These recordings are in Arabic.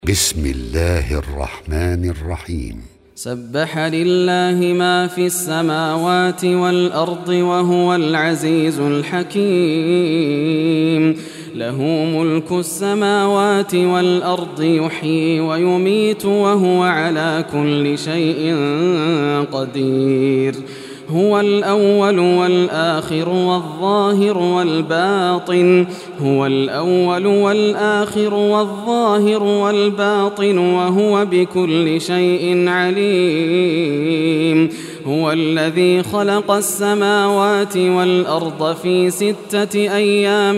بسم الله الرحمن الرحيم. سبح لله ما في السماوات والأرض وهو العزيز الحكيم. له ملك السماوات والأرض يحيي ويميت وهو على كل شيء قدير. هو الأول والآخر والظاهر والباطن. هو الأول والآخر والظاهر والباطن وهو بكل شيء عليم. هو الذي خلق السماوات والأرض في 6 أيام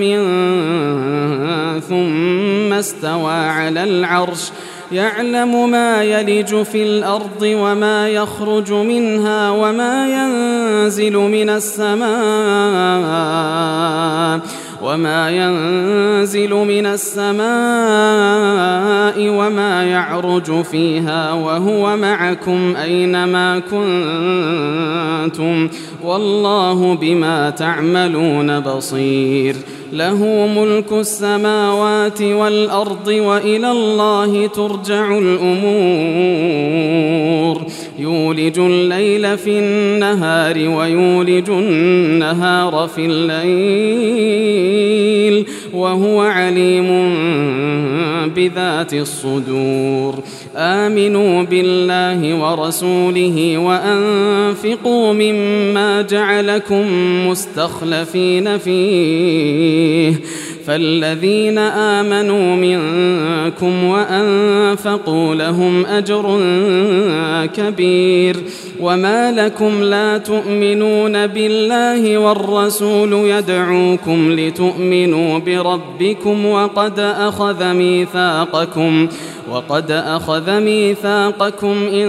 ثم استوى على العرش يعلم ما يلج في الأرض وما يخرج منها وما ينزل من السماء وما يعرج فيها وهو معكم أينما كنتم والله بما تعملون بصير. له ملك السماوات والأرض وإلى الله ترجع الأمور. يولج الليل في النهار ويولج النهار في الليل وهو عليم بذات الصدور. آمنوا بالله ورسوله وأنفقوا مما جعلكم مستخلفين فيه فالذين آمنوا منكم وأنفقوا لهم أجر كبير. وما لكم لا تؤمنون بالله والرسول يدعوكم لتؤمنوا بربكم وقد أخذ ميثاقكم إن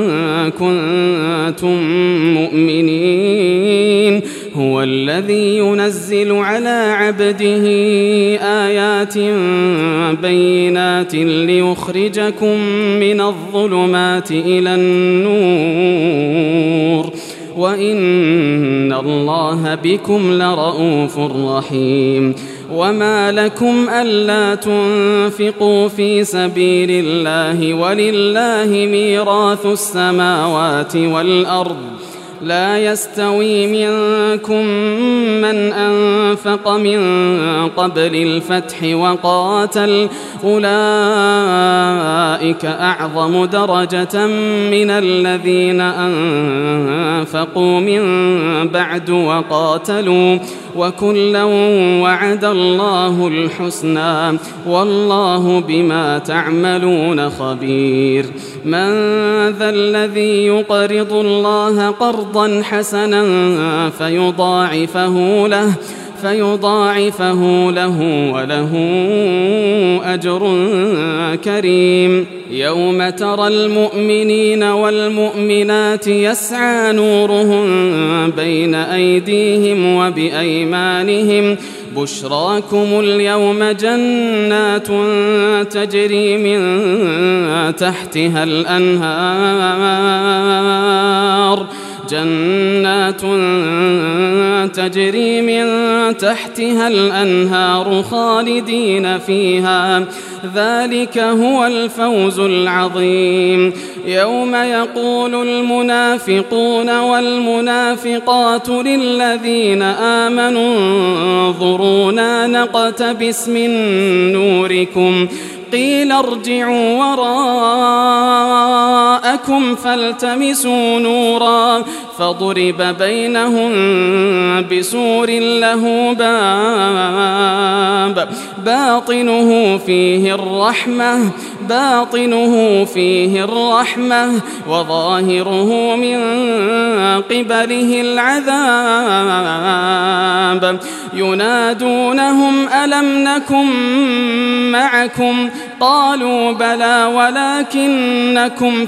كنتم مؤمنين. هو الذي ينزل على عبده آيات بينات ليخرجكم من الظلمات إلى النور وإن الله بكم لرءوف رحيم. وما لكم ألا تنفقوا في سبيل الله ولله ميراث السماوات والأرض لا يستوي منكم من أنفق من قبل الفتح وقاتل أولئك أعظم درجة من الذين أنفقوا من بعد وقاتلوا وكلا وعد الله الحسنى والله بما تعملون خبير. من ذا الذي يقرض الله قرضا حسنا فيضاعفه له وله أجر كريم. يوم ترى المؤمنين والمؤمنات يسعى نورهم بين أيديهم وبأيمانهم بشراكم اليوم جنات تجري من تحتها الأنهار خالدين فيها ذلك هو الفوز العظيم. يوم يقول المنافقون والمنافقات للذين آمنوا انظرونا نقتبس من نوركم قيل ارجعوا وراءكم فالتمسوا نورا فضرب بينهم بسور له باب باطنه فيه الرحمة وظاهره من قبله العذاب. ينادونهم ألم نكن معكم قالوا بلى ولكنكم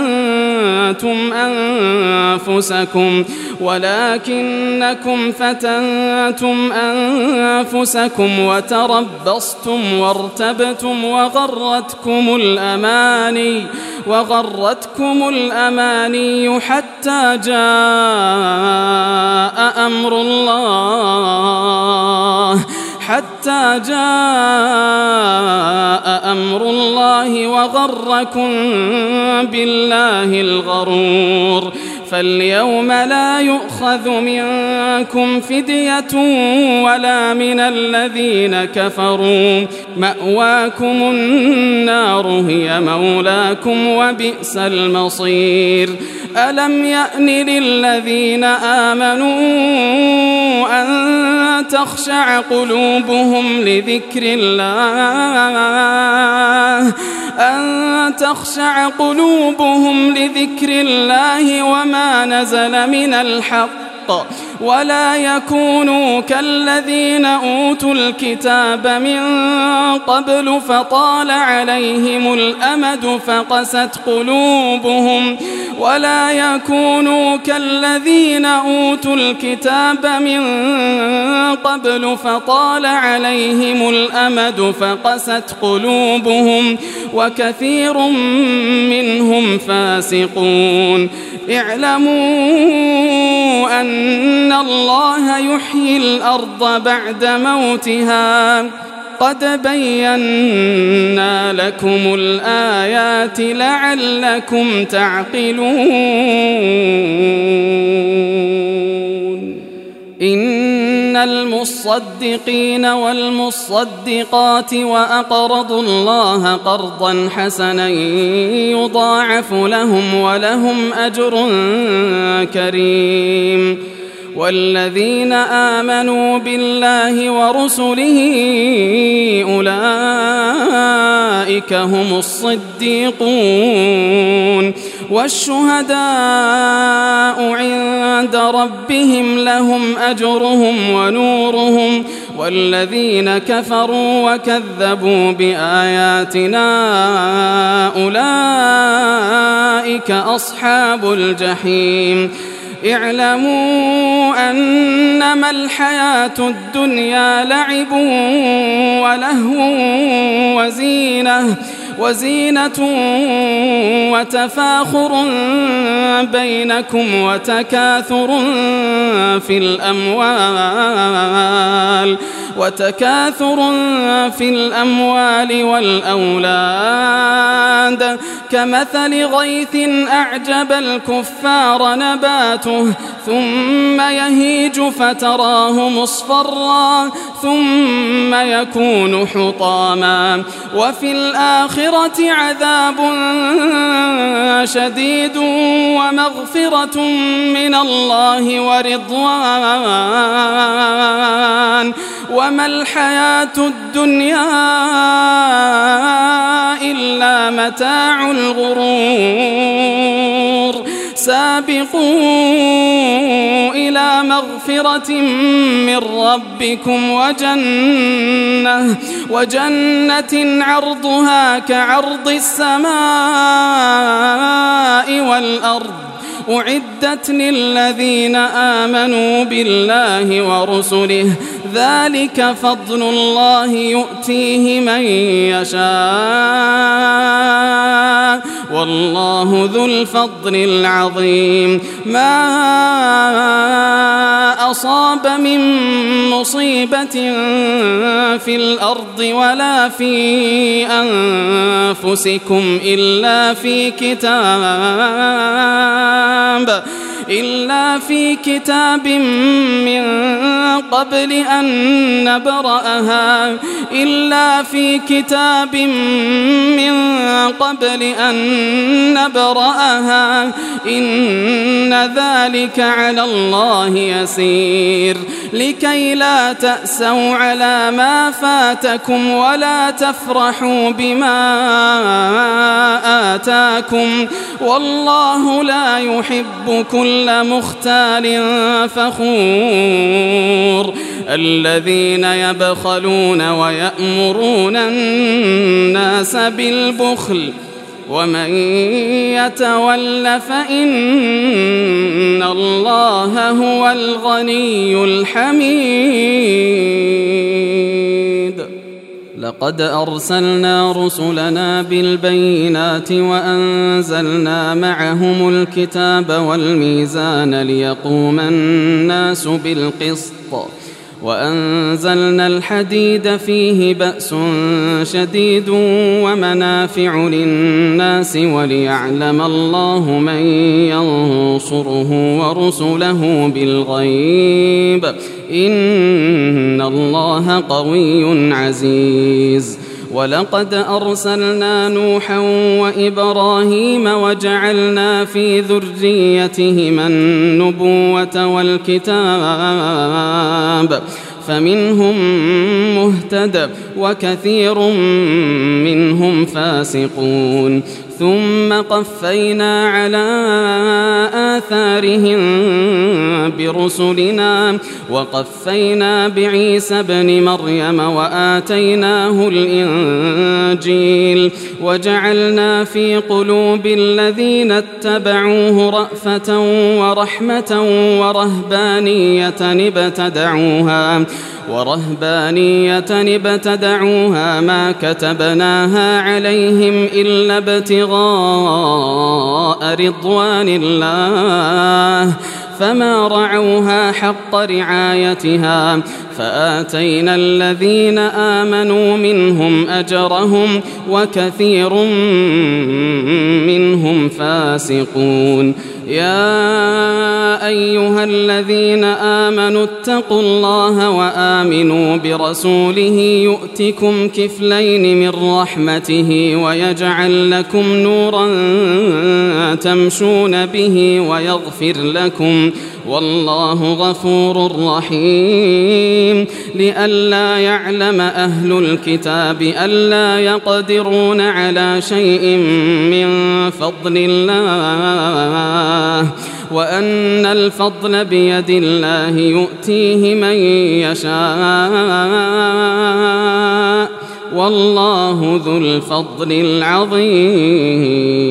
فتنتم أنفسكم وتربصتم وارتبتم وغرتكم الأماني حتى جاء أمر الله حتى جاء أمر الله وغركم بالله الغرور. فاليوم لا يؤخذ منكم فدية ولا من الذين كفروا، مأواكم النار هي مولاكم وبئس المصير. ألم يأن للذين آمنوا أن تخشع قلوبهم لذكر الله وما نزل من الحق ولا يكونوا كالذين أوتوا الكتاب من قبل فطال عليهم الأمد فقست قلوبهم وكثير منهم فاسقون. اعلموا أن الله يحيي الأرض بعد موتها، قد بينا لكم الآيات لعلكم تعقلون. إن المصدقين والمصدقات وأقرضوا الله قرضا حسنا يضاعف لهم ولهم أجر كريم. والذين آمنوا بالله ورسله أولئك هم الصديقون والشهداء عند ربهم لهم أجرهم ونورهم. والذين كفروا وكذبوا بآياتنا أولئك أصحاب الجحيم. اعلموا أنما الحياة الدنيا لعب ولهو وزينة وتفاخر بينكم وتكاثر في الأموال والأولاد كمثل غيث أعجب الكفار نباته ثم يهيج فتراه مصفرا ثم يكون حطاما وفي الآخرة عذاب شديد ومغفرة من الله ورضوان وما الحياة الدنيا إلا متاع الغرور. سابقوا إلى مغفرة من ربكم وجنة عرضها كعرض السماء والأرض أعدت للذين آمنوا بالله ورسله ذلك فضل الله يؤتيه من يشاء والله ذو الفضل العظيم. ما أصاب من مصيبة في الأرض ولا في أنفسكم إلا في كتاب من قبل أن نبرأها إن ذلك على الله يسير. لكي لا تأسوا على ما فاتكم ولا تفرحوا بما آتاكم والله لا يحب كل مختال فخور. الذين يبخلون ويأمرون الناس بالبخل ومن يتول فإن الله هو الغني الحميد. لقد أرسلنا رسلنا بالبينات وأنزلنا معهم الكتاب والميزان ليقوم الناس بالقسط وأنزلنا الحديد فيه بأس شديد ومنافع للناس وليعلم الله من ينصره ورسله بالغيب إن الله قوي عزيز ولقد أرسلنا نوحا وإبراهيم وجعلنا في ذريتهما النبوة والكتاب فمنهم مهتد وكثير منهم فاسقون ثم قفينا على آثارهم برسلنا وقفينا بعيسى ابن مريم وآتيناه الإنجيل وجعلنا في قلوب الذين اتبعوه رأفة ورحمة ورهبانية ابتدعوها ما كتبناها عليهم إلا ابتغاء رضوان الله فما رعوها حق رعايتها فآتينا الذين آمنوا منهم أجرهم وكثير منهم فاسقون يا أيها الذين آمنوا اتقوا الله وآمنوا برسوله يؤتكم كفلين من رحمته ويجعل لكم نورا تمشون به ويغفر لكم والله غفور رحيم لئلا يعلم أهل الكتاب ألا يقدرون على شيء من فضل الله وأن الفضل بيد الله يؤتيه من يشاء والله ذو الفضل العظيم.